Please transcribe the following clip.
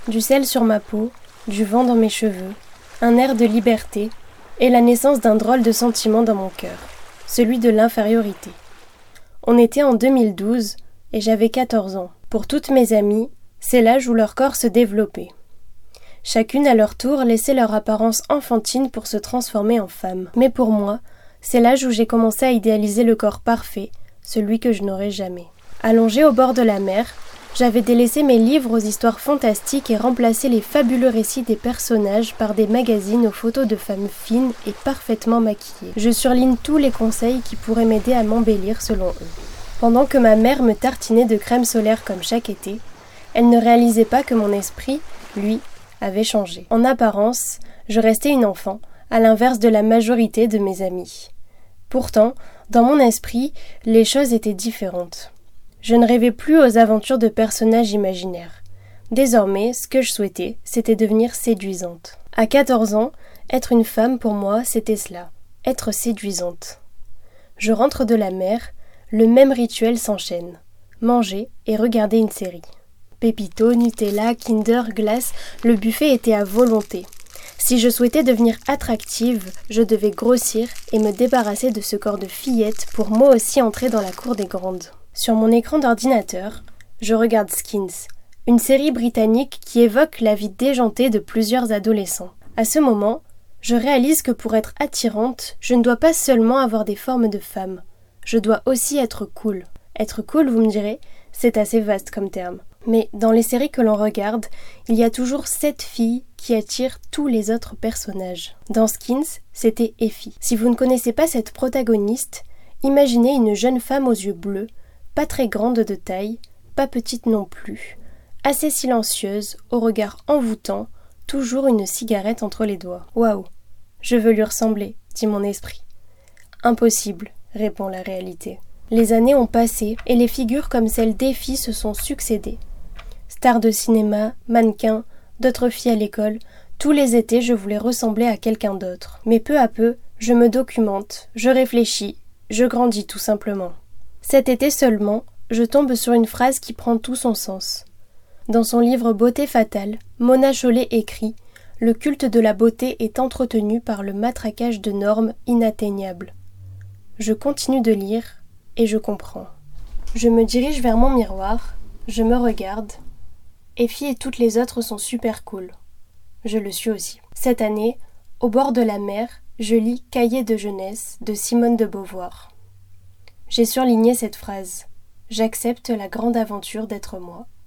Du sel sur ma peau, du vent dans mes cheveux, un air de liberté et la naissance d'un drôle de sentiment dans mon cœur, celui de l'infériorité. On était en 2012 et j'avais 14 ans. Pour toutes mes amies, c'est l'âge où leur corps se développait. Chacune à leur tour laissait leur apparence enfantine pour se transformer en femme. Mais pour moi, c'est l'âge où j'ai commencé à idéaliser le corps parfait, celui que je n'aurai jamais. Allongée au bord de la mer, j'avais délaissé mes livres aux histoires fantastiques et remplacé les fabuleux récits des personnages par des magazines aux photos de femmes fines et parfaitement maquillées. Je surligne tous les conseils qui pourraient m'aider à m'embellir selon eux. Pendant que ma mère me tartinait de crème solaire comme chaque été, elle ne réalisait pas que mon esprit, lui, avait changé. En apparence, je restais une enfant, à l'inverse de la majorité de mes amis. Pourtant, dans mon esprit, les choses étaient différentes. Je ne rêvais plus aux aventures de personnages imaginaires. Désormais, ce que je souhaitais, c'était devenir séduisante. À 14 ans, être une femme pour moi, c'était cela, être séduisante. Je rentre de la mer, le même rituel s'enchaîne. Manger et regarder une série. Pépito, Nutella, Kinder, glace, le buffet était à volonté. Si je souhaitais devenir attractive, je devais grossir et me débarrasser de ce corps de fillette pour moi aussi entrer dans la cour des grandes. Sur mon écran d'ordinateur, je regarde Skins, une série britannique qui évoque la vie déjantée de plusieurs adolescents. À ce moment, je réalise que pour être attirante, je ne dois pas seulement avoir des formes de femme. Je dois aussi être cool. Être cool, vous me direz, c'est assez vaste comme terme. Mais dans les séries que l'on regarde, il y a toujours cette fille qui attire tous les autres personnages. Dans Skins, c'était Effie. Si vous ne connaissez pas cette protagoniste, imaginez une jeune femme aux yeux bleus, pas très grande de taille, pas petite non plus, assez silencieuse, au regard envoûtant, toujours une cigarette entre les doigts. Waouh, je veux lui ressembler, dit mon esprit. Impossible, répond la réalité. Les années ont passé et les figures comme celle d'Effie se sont succédées. Stars de cinéma, mannequins, d'autres filles à l'école, tous les étés je voulais ressembler à quelqu'un d'autre. Mais peu à peu, je me documente, je réfléchis, je grandis tout simplement. Cet été seulement, je tombe sur une phrase qui prend tout son sens. Dans son livre Beauté fatale, Mona Chollet écrit « Le culte de la beauté est entretenu par le matraquage de normes inatteignables. » Je continue de lire et je comprends. Je me dirige vers mon miroir, je me regarde. Effie et toutes les autres sont super cool. Je le suis aussi. Cette année, au bord de la mer, je lis Cahiers de jeunesse de Simone de Beauvoir. J'ai surligné cette phrase. J'accepte la grande aventure d'être moi.